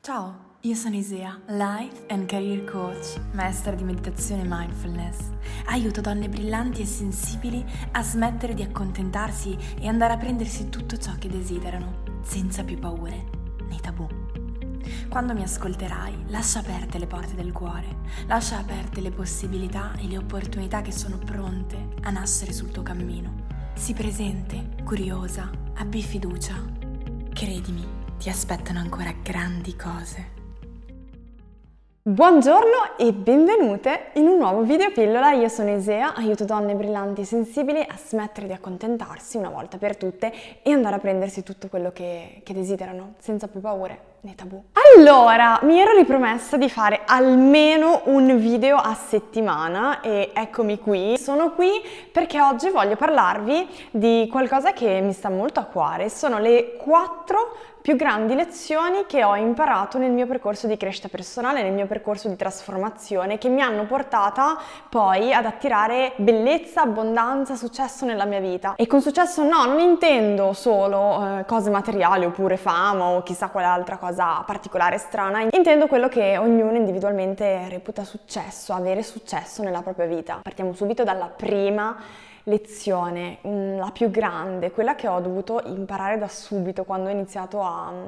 Ciao, io sono Isea, Life and Career Coach, maestra di meditazione e mindfulness. Aiuto donne brillanti e sensibili a smettere di accontentarsi e andare a prendersi tutto ciò che desiderano, senza più paure né tabù. Quando mi ascolterai, lascia aperte le porte del cuore, lascia aperte le possibilità e le opportunità che sono pronte a nascere sul tuo cammino. Sii presente, curiosa, abbi fiducia. Credimi, ti aspettano ancora grandi cose. Buongiorno e benvenute in un nuovo video pillola. Io sono Isea, aiuto donne brillanti e sensibili a smettere di accontentarsi una volta per tutte e andare a prendersi tutto quello che desiderano, senza più paure né tabù. Allora, mi ero ripromessa di fare almeno un video a settimana e eccomi qui. Sono qui perché oggi voglio parlarvi di qualcosa che mi sta molto a cuore. Sono le 4 più grandi lezioni che ho imparato nel mio percorso di crescita personale, nel mio percorso di trasformazione, che mi hanno portata poi ad attirare bellezza, abbondanza, successo nella mia vita. E con successo non intendo solo cose materiali oppure fama o chissà quale altra cosa particolare strana, intendo quello che ognuno individualmente reputa successo, avere successo nella propria vita. Partiamo subito dalla prima lezione, la più grande, quella che ho dovuto imparare da subito quando ho iniziato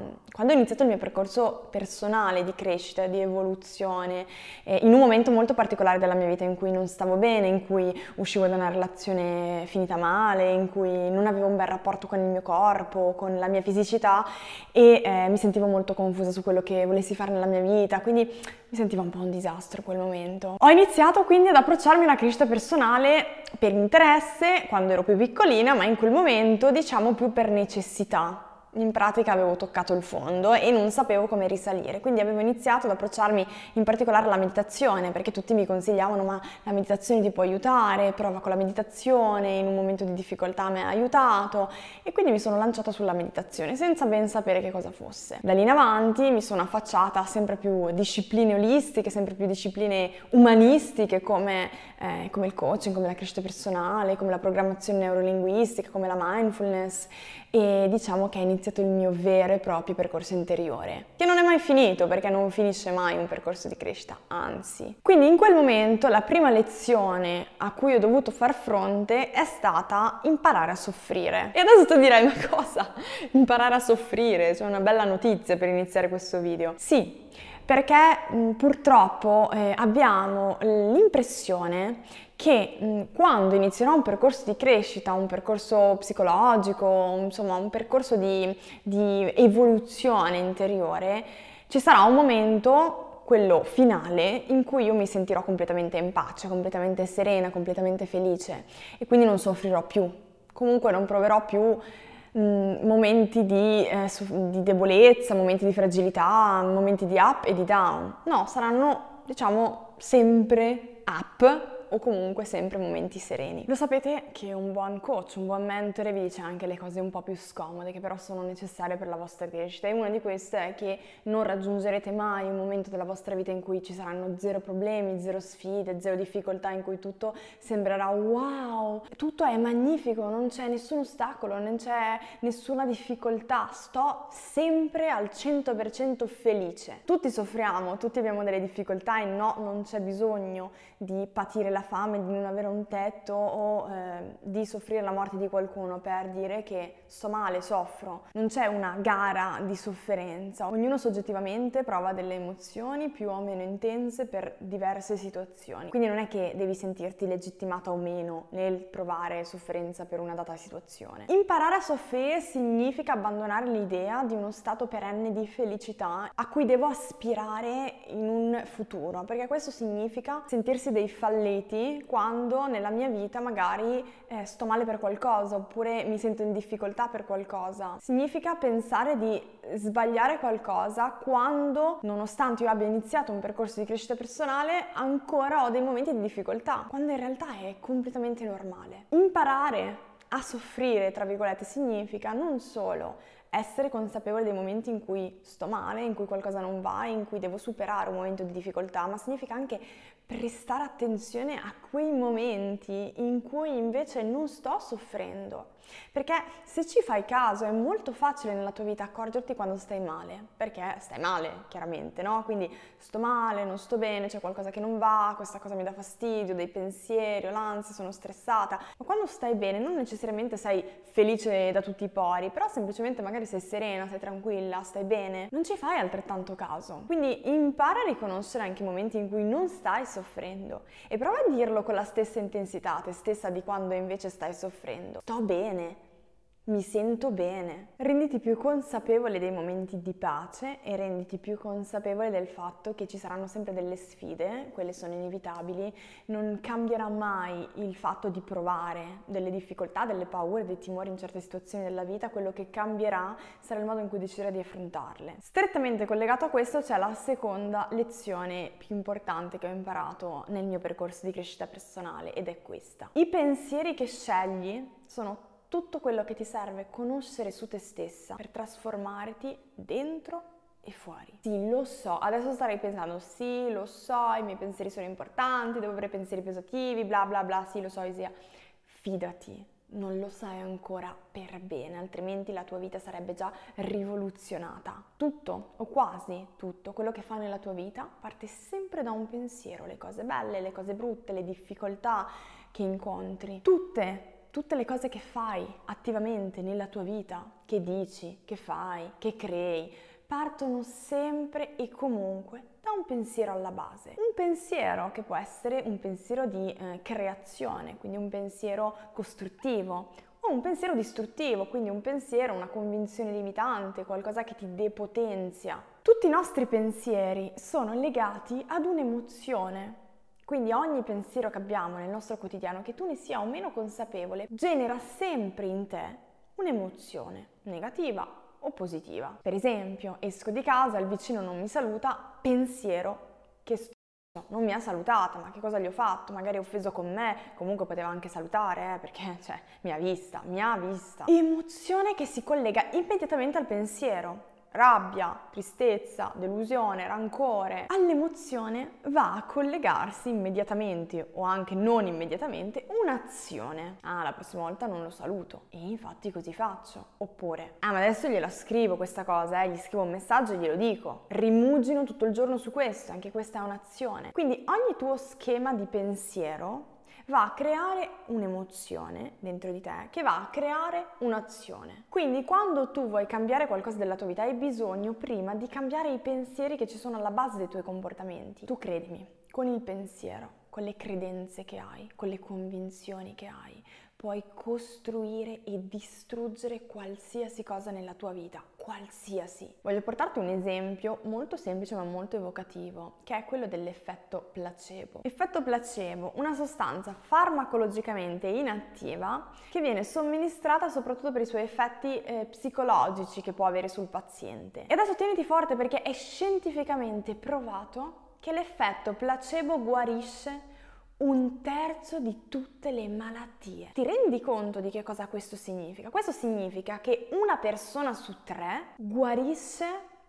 il mio percorso personale di crescita, di evoluzione, in un momento molto particolare della mia vita in cui non stavo bene, in cui uscivo da una relazione finita male, in cui non avevo un bel rapporto con il mio corpo, con la mia fisicità e mi sentivo molto confusa su quello che volessi fare nella mia vita, quindi mi sentivo un po' un disastro quel momento. Ho iniziato quindi ad approcciarmi alla crescita personale per interesse quando ero più piccolina, ma in quel momento diciamo più per necessità. In pratica avevo toccato il fondo e non sapevo come risalire, quindi avevo iniziato ad approcciarmi in particolare alla meditazione, perché tutti mi consigliavano ma la meditazione ti può aiutare, prova con la meditazione, in un momento di difficoltà mi ha aiutato e quindi mi sono lanciata sulla meditazione senza ben sapere che cosa fosse. Da lì in avanti mi sono affacciata a sempre più discipline olistiche, sempre più discipline umanistiche come il coaching, come la crescita personale, come la programmazione neurolinguistica, come la mindfulness e diciamo che è iniziato il mio vero e proprio percorso interiore, che non è mai finito perché non finisce mai un percorso di crescita, anzi. Quindi in quel momento la prima lezione a cui ho dovuto far fronte è stata imparare a soffrire. E adesso tu dirai, ma cosa? Imparare a soffrire? C'è una bella notizia per iniziare questo video. Sì, perché purtroppo abbiamo l'impressione che quando inizierò un percorso di crescita, un percorso psicologico, insomma un percorso di evoluzione interiore, ci sarà un momento, quello finale, in cui io mi sentirò completamente in pace, completamente serena, completamente felice e quindi non soffrirò più. Comunque non proverò più momenti di debolezza, momenti di fragilità, momenti di up e di down. No, saranno, diciamo, sempre up o comunque sempre momenti sereni. Lo sapete che un buon coach, un buon mentore vi dice anche le cose un po' più scomode che però sono necessarie per la vostra crescita e una di queste è che non raggiungerete mai un momento della vostra vita in cui ci saranno zero problemi, zero sfide, zero difficoltà, in cui tutto sembrerà wow, tutto è magnifico, non c'è nessun ostacolo, non c'è nessuna difficoltà, sto sempre al 100% felice. Tutti soffriamo, tutti abbiamo delle difficoltà e no, non c'è bisogno di patire la fame, di non avere un tetto o di soffrire la morte di qualcuno per dire che sto male, soffro. Non c'è una gara di sofferenza, ognuno soggettivamente prova delle emozioni più o meno intense per diverse situazioni. Quindi non è che devi sentirti legittimata o meno nel provare sofferenza per una data situazione. Imparare a soffrire significa abbandonare l'idea di uno stato perenne di felicità a cui devo aspirare in un futuro, perché questo significa sentirsi dei falliti quando nella mia vita magari sto male per qualcosa oppure mi sento in difficoltà per qualcosa. Significa pensare di sbagliare qualcosa quando, nonostante io abbia iniziato un percorso di crescita personale, ancora ho dei momenti di difficoltà, quando in realtà è completamente normale. Imparare a soffrire, tra virgolette, significa non solo essere consapevole dei momenti in cui sto male, in cui qualcosa non va, in cui devo superare un momento di difficoltà, ma significa anche prestare attenzione a quei momenti in cui invece non sto soffrendo, Perché se ci fai caso è molto facile nella tua vita accorgerti quando stai male, perché stai male, chiaramente, no? Quindi sto male, non sto bene, c'è qualcosa che non va, questa cosa mi dà fastidio, dei pensieri, ho l'ansia, sono stressata. Ma quando stai bene non necessariamente sei felice da tutti i pori, però semplicemente magari sei serena, sei tranquilla, stai bene, non ci fai altrettanto caso. Quindi impara a riconoscere anche i momenti in cui non stai soffrendo e prova a dirlo con la stessa intensità a te stessa di quando invece stai soffrendo. Sto bene. Mi sento bene. Renditi più consapevole dei momenti di pace e renditi più consapevole del fatto che ci saranno sempre delle sfide, quelle sono inevitabili, non cambierà mai il fatto di provare delle difficoltà, delle paure, dei timori in certe situazioni della vita, quello che cambierà sarà il modo in cui deciderai di affrontarle. Strettamente collegato a questo c'è la seconda lezione più importante che ho imparato nel mio percorso di crescita personale ed è questa. I pensieri che scegli sono tutto quello che ti serve conoscere su te stessa per trasformarti dentro e fuori. Sì, lo so, adesso starei pensando, sì, lo so, i miei pensieri sono importanti, devo avere pensieri pesativi, bla bla bla, sì, lo so, Isia. Fidati, non lo sai ancora per bene, altrimenti la tua vita sarebbe già rivoluzionata. Tutto, o quasi tutto, quello che fai nella tua vita parte sempre da un pensiero, le cose belle, le cose brutte, le difficoltà che incontri, tutte le cose che fai attivamente nella tua vita, che dici, che fai, che crei, partono sempre e comunque da un pensiero alla base. Un pensiero che può essere un pensiero di creazione, quindi un pensiero costruttivo, o un pensiero distruttivo, quindi un pensiero, una convinzione limitante, qualcosa che ti depotenzia. Tutti i nostri pensieri sono legati ad un'emozione. Quindi ogni pensiero che abbiamo nel nostro quotidiano, che tu ne sia o meno consapevole, genera sempre in te un'emozione negativa o positiva. Per esempio, esco di casa, il vicino non mi saluta, pensiero che non mi ha salutata, ma che cosa gli ho fatto? Magari è offeso con me, comunque poteva anche salutare, perché mi ha vista. Emozione che si collega immediatamente al pensiero. Rabbia, tristezza, delusione, rancore. All'emozione va a collegarsi immediatamente o anche non immediatamente un'azione. Ah, la prossima volta non lo saluto e infatti così faccio. Oppure, ma adesso gliela scrivo questa cosa, gli scrivo un messaggio e glielo dico. Rimugino tutto il giorno su questo, anche questa è un'azione. Quindi ogni tuo schema di pensiero va a creare un'emozione dentro di te che va a creare un'azione. Quindi quando tu vuoi cambiare qualcosa della tua vita hai bisogno prima di cambiare i pensieri che ci sono alla base dei tuoi comportamenti. Tu credimi, con il pensiero, con le credenze che hai, con le convinzioni che hai, puoi costruire e distruggere qualsiasi cosa nella tua vita, qualsiasi. Voglio portarti un esempio molto semplice ma molto evocativo, che è quello dell'effetto placebo. Effetto placebo, una sostanza farmacologicamente inattiva che viene somministrata soprattutto per i suoi effetti psicologici che può avere sul paziente. E adesso tieniti forte perché è scientificamente provato che l'effetto placebo guarisce 1/3 di tutte le malattie. Ti rendi conto di che cosa questo significa? Questo significa che una persona su 3 guarisce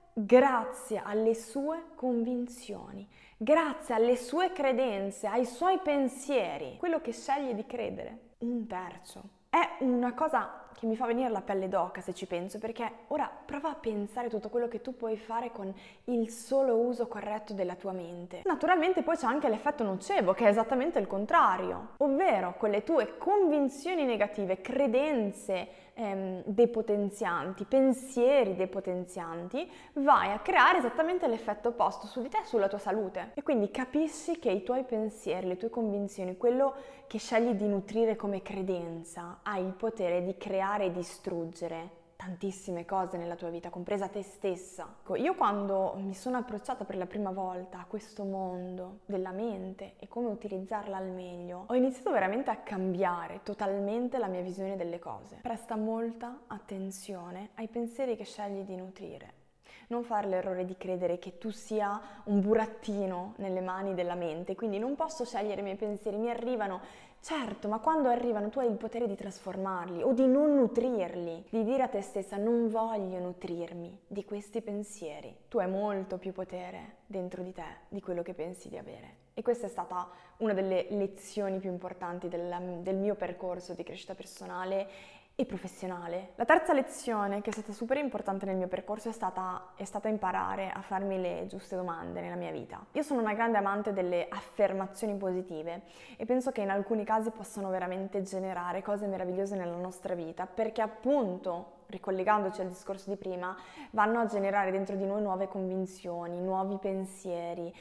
grazie alle sue convinzioni, grazie alle sue credenze, ai suoi pensieri, quello che sceglie di credere. 1/3. È una cosa che mi fa venire la pelle d'oca se ci penso, perché ora prova a pensare tutto quello che tu puoi fare con il solo uso corretto della tua mente. Naturalmente poi c'è anche l'effetto nocebo, che è esattamente il contrario, ovvero con le tue convinzioni negative, credenze depotenzianti, pensieri depotenzianti, vai a creare esattamente l'effetto opposto su di te e sulla tua salute. E quindi capisci che i tuoi pensieri, le tue convinzioni, quello che scegli di nutrire come credenza, ha il potere di creare e distruggere tantissime cose nella tua vita, compresa te stessa. Io quando mi sono approcciata per la prima volta a questo mondo della mente e come utilizzarla al meglio, ho iniziato veramente a cambiare totalmente la mia visione delle cose. Presta molta attenzione ai pensieri che scegli di nutrire. Non fare l'errore di credere che tu sia un burattino nelle mani della mente, quindi non posso scegliere i miei pensieri, mi arrivano. Certo, ma quando arrivano tu hai il potere di trasformarli o di non nutrirli, di dire a te stessa non voglio nutrirmi di questi pensieri. Tu hai molto più potere dentro di te di quello che pensi di avere. E questa è stata una delle lezioni più importanti del mio percorso di crescita personale e professionale. La terza lezione, che è stata super importante nel mio percorso, è stata imparare a farmi le giuste domande nella mia vita. Io sono una grande amante delle affermazioni positive e penso che in alcuni casi possano veramente generare cose meravigliose nella nostra vita, perché appunto, ricollegandoci al discorso di prima, vanno a generare dentro di noi nuove convinzioni, nuovi pensieri,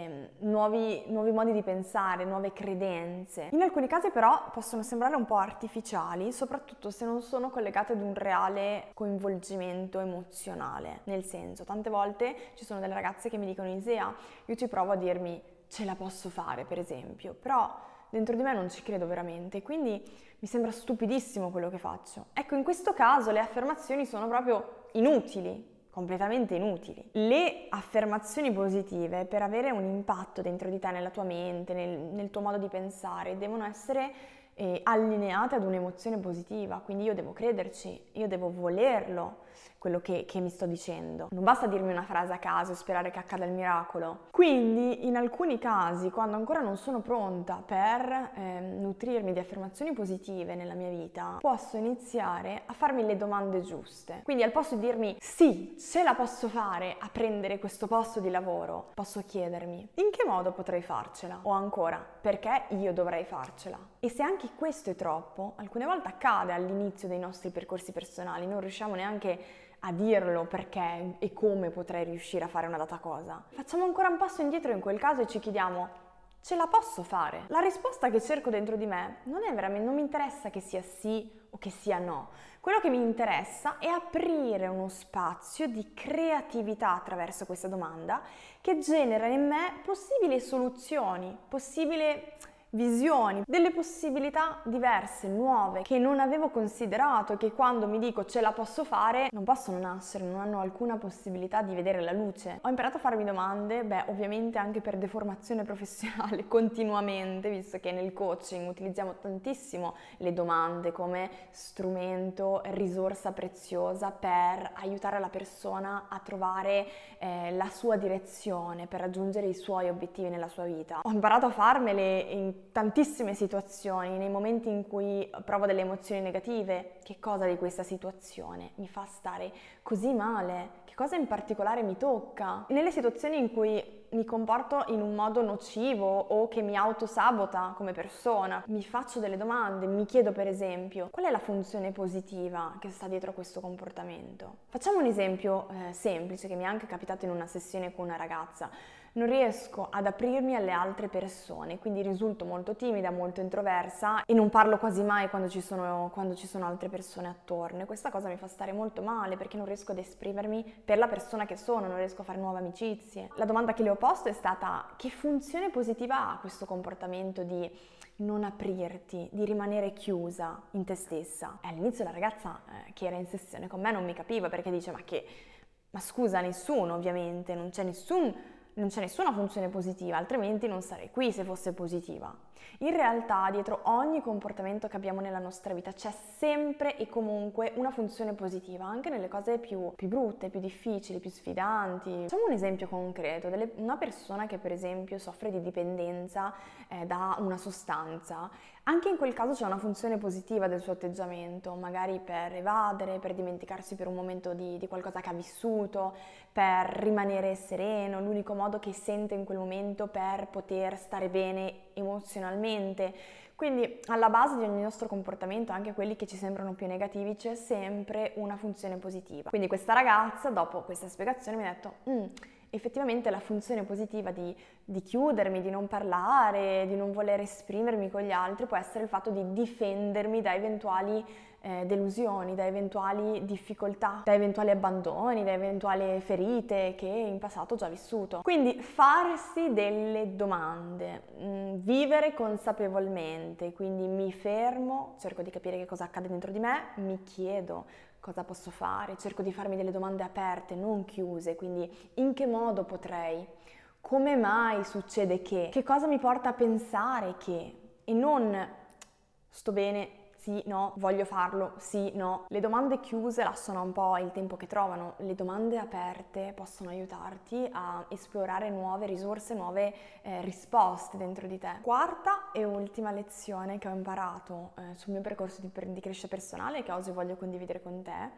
nuovi modi di pensare, nuove credenze. In alcuni casi però possono sembrare un po' artificiali, soprattutto se non sono collegate ad un reale coinvolgimento emozionale. Nel senso, tante volte ci sono delle ragazze che mi dicono: Isea, io ci provo a dirmi ce la posso fare, per esempio, però dentro di me non ci credo veramente, quindi mi sembra stupidissimo quello che faccio. Ecco, in questo caso le affermazioni sono proprio inutili, completamente inutili. Le affermazioni positive, per avere un impatto dentro di te, nella tua mente, nel tuo modo di pensare, devono essere allineate ad un'emozione positiva, quindi io devo crederci, io devo volerlo, quello che mi sto dicendo. Non basta dirmi una frase a caso e sperare che accada il miracolo. Quindi in alcuni casi, quando ancora non sono pronta per nutrirmi di affermazioni positive nella mia vita, posso iniziare a farmi le domande giuste. Quindi al posto di dirmi sì, ce la posso fare a prendere questo posto di lavoro, posso chiedermi in che modo potrei farcela? O ancora, perché io dovrei farcela? E se anche questo è troppo, alcune volte accade all'inizio dei nostri percorsi personali, non riusciamo neanche a dirlo perché e come potrei riuscire a fare una data cosa. Facciamo ancora un passo indietro in quel caso e ci chiediamo: ce la posso fare? La risposta che cerco dentro di me non mi interessa che sia sì o che sia no. Quello che mi interessa è aprire uno spazio di creatività attraverso questa domanda che genera in me possibili soluzioni, possibili visioni, delle possibilità diverse, nuove, che non avevo considerato e che quando mi dico ce la posso fare non possono nascere, non hanno alcuna possibilità di vedere la luce. Ho imparato a farmi domande, ovviamente anche per deformazione professionale, continuamente, visto che nel coaching utilizziamo tantissimo le domande come strumento, risorsa preziosa per aiutare la persona a trovare la sua direzione, per raggiungere i suoi obiettivi nella sua vita. Ho imparato a farmele in tantissime situazioni, nei momenti in cui provo delle emozioni negative. Che cosa di questa situazione mi fa stare così male? Che cosa in particolare mi tocca? Nelle situazioni in cui mi comporto in un modo nocivo o che mi autosabota come persona, mi faccio delle domande, mi chiedo per esempio qual è la funzione positiva che sta dietro a questo comportamento. Facciamo un esempio semplice che mi è anche capitato in una sessione con una ragazza. Non riesco ad aprirmi alle altre persone, quindi risulto molto timida, molto introversa e non parlo quasi mai quando ci sono altre persone attorno. E questa cosa mi fa stare molto male perché non riesco ad esprimermi per la persona che sono, non riesco a fare nuove amicizie. La domanda che le ho posto è stata: che funzione positiva ha questo comportamento di non aprirti, di rimanere chiusa in te stessa? E all'inizio la ragazza che era in sessione con me non mi capiva, perché dice: ma scusa, nessuno, ovviamente, non c'è nessuna funzione positiva, altrimenti non sarei qui se fosse positiva. In realtà, dietro ogni comportamento che abbiamo nella nostra vita c'è sempre e comunque una funzione positiva, anche nelle cose più brutte, più difficili, più sfidanti. Facciamo un esempio concreto: una persona che per esempio soffre di dipendenza da una sostanza. Anche in quel caso c'è una funzione positiva del suo atteggiamento, magari per evadere, per dimenticarsi per un momento di qualcosa che ha vissuto, per rimanere sereno, l'unico modo che sente in quel momento per poter stare bene emozionalmente. Quindi alla base di ogni nostro comportamento, anche quelli che ci sembrano più negativi, c'è sempre una funzione positiva. Quindi questa ragazza, dopo questa spiegazione, mi ha detto: effettivamente la funzione positiva di chiudermi, di non parlare, di non voler esprimermi con gli altri può essere il fatto di difendermi da eventuali delusioni, da eventuali difficoltà, da eventuali abbandoni, da eventuali ferite che in passato ho già vissuto. Quindi farsi delle domande, vivere consapevolmente, quindi mi fermo, cerco di capire che cosa accade dentro di me, mi chiedo cosa posso fare, cerco di farmi delle domande aperte, non chiuse, quindi in che modo potrei, come mai succede che cosa mi porta a pensare che, e non sto bene, sì, no, voglio farlo, sì, no. Le domande chiuse lasciano un po' il tempo che trovano, le domande aperte possono aiutarti a esplorare nuove risorse, nuove risposte dentro di te. Quarta e ultima lezione che ho imparato sul mio percorso di crescita personale, che oggi voglio condividere con te,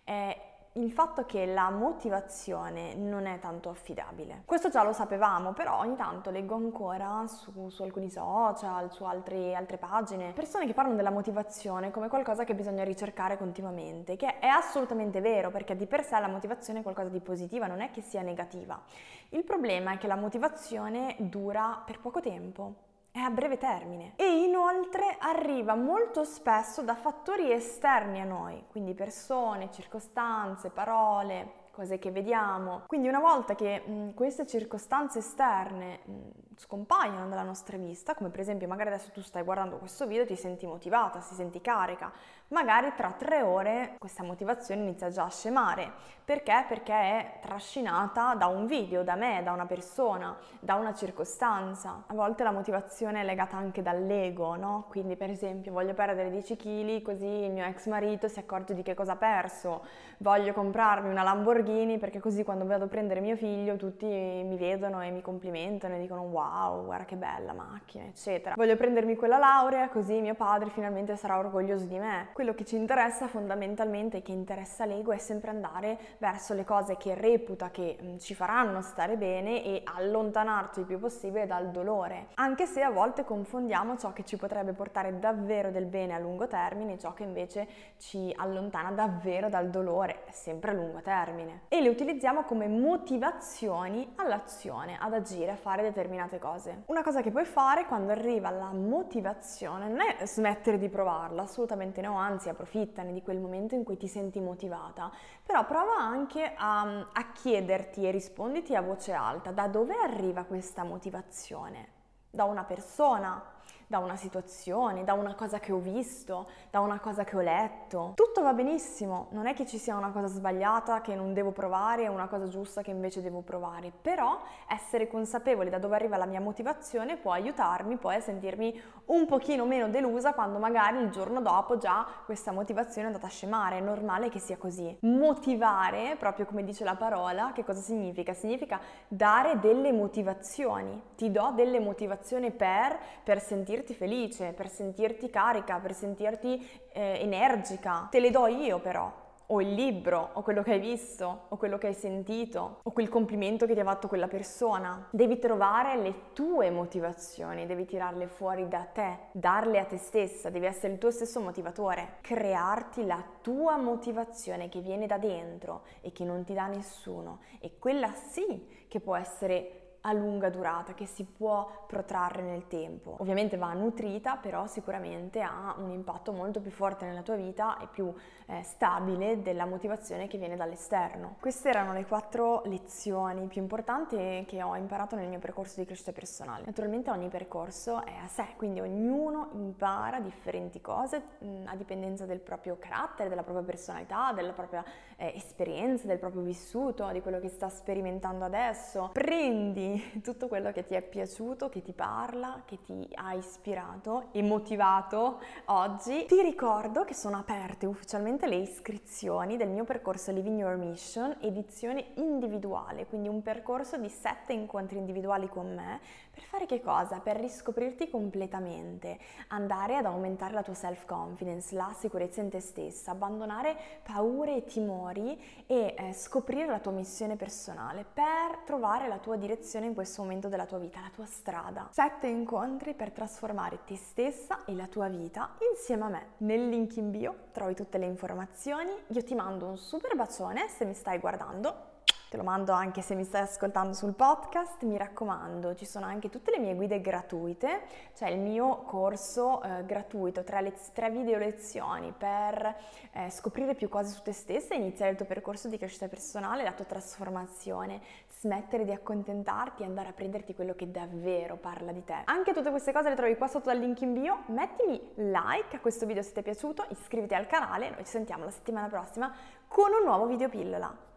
è il fatto che la motivazione non è tanto affidabile. Questo già lo sapevamo, però ogni tanto leggo ancora su alcuni social, su altre pagine, persone che parlano della motivazione come qualcosa che bisogna ricercare continuamente, che è assolutamente vero, perché di per sé la motivazione è qualcosa di positiva, non è che sia negativa. Il problema è che la motivazione dura per poco tempo. È a breve termine e inoltre arriva molto spesso da fattori esterni a noi, quindi persone, circostanze, parole, cose che vediamo. Quindi una volta che queste circostanze esterne scompaiono dalla nostra vista, come per esempio magari adesso tu stai guardando questo video e ti senti motivata, ti senti carica, magari tra 3 ore questa motivazione inizia già a scemare. Perché? Perché è trascinata da un video, da me, da una persona, da una circostanza. A volte la motivazione è legata anche dall'ego, no? Quindi per esempio voglio perdere 10 kg così il mio ex marito si accorge di che cosa ha perso, voglio comprarmi una Lamborghini perché così quando vado a prendere mio figlio tutti mi vedono e mi complimentano e dicono wow, guarda che bella macchina, eccetera. Voglio prendermi quella laurea così mio padre finalmente sarà orgoglioso di me. Quello che ci interessa fondamentalmente, che interessa l'ego, è sempre andare verso le cose che reputa che ci faranno stare bene e allontanarci il più possibile dal dolore, anche se a volte confondiamo ciò che ci potrebbe portare davvero del bene a lungo termine e ciò che invece ci allontana davvero dal dolore, sempre a lungo termine, e le utilizziamo come motivazioni all'azione, ad agire, a fare determinate cose. Una cosa che puoi fare quando arriva la motivazione non è smettere di provarla, assolutamente no, anzi approfittane di quel momento in cui ti senti motivata, però prova anche a chiederti e risponditi a voce alta: da dove arriva questa motivazione? Da una persona, da una situazione, da una cosa che ho visto, da una cosa che ho letto. Tutto va benissimo, non è che ci sia una cosa sbagliata che non devo provare e una cosa giusta che invece devo provare, però essere consapevole da dove arriva la mia motivazione può aiutarmi poi a sentirmi un pochino meno delusa quando magari il giorno dopo già questa motivazione è andata a scemare. È normale che sia così. Motivare, proprio come dice la parola, che cosa significa? Significa dare delle motivazioni. Ti do delle motivazioni per sentirti felice, per sentirti carica, per sentirti energica. Te le do io però. O il libro, o quello che hai visto, o quello che hai sentito, o quel complimento che ti ha fatto quella persona. Devi trovare le tue motivazioni, devi tirarle fuori da te, darle a te stessa, devi essere il tuo stesso motivatore. Crearti la tua motivazione che viene da dentro e che non ti dà nessuno. E quella sì che può essere a lunga durata, che si può protrarre nel tempo. Ovviamente va nutrita, però sicuramente ha un impatto molto più forte nella tua vita e più stabile della motivazione che viene dall'esterno. Queste erano le 4 lezioni più importanti che ho imparato nel mio percorso di crescita personale. Naturalmente ogni percorso è a sé, quindi ognuno impara differenti cose a dipendenza del proprio carattere, della propria personalità, della propria esperienza, del proprio vissuto, di quello che sta sperimentando adesso. Prendi tutto quello che ti è piaciuto, che ti parla, che ti ha ispirato e motivato oggi. Ti ricordo che sono aperte ufficialmente le iscrizioni del mio percorso Living Your Mission, edizione individuale, quindi un percorso di 7 incontri individuali con me per fare che cosa? Per riscoprirti completamente, andare ad aumentare la tua self-confidence, la sicurezza in te stessa, abbandonare paure e timori e scoprire la tua missione personale per trovare la tua direzione in questo momento della tua vita, la tua strada. 7 incontri per trasformare te stessa e la tua vita insieme a me. Nel link in bio trovi tutte le informazioni. Io ti mando un super bacione se mi stai guardando. Te lo mando anche se mi stai ascoltando sul podcast. Mi raccomando, ci sono anche tutte le mie guide gratuite, cioè il mio corso gratuito, 3 video lezioni per scoprire più cose su te stessa e iniziare il tuo percorso di crescita personale, la tua trasformazione, smettere di accontentarti e andare a prenderti quello che davvero parla di te. Anche tutte queste cose le trovi qua sotto dal link in bio. Mettimi like a questo video se ti è piaciuto, iscriviti al canale, noi ci sentiamo la settimana prossima con un nuovo video pillola.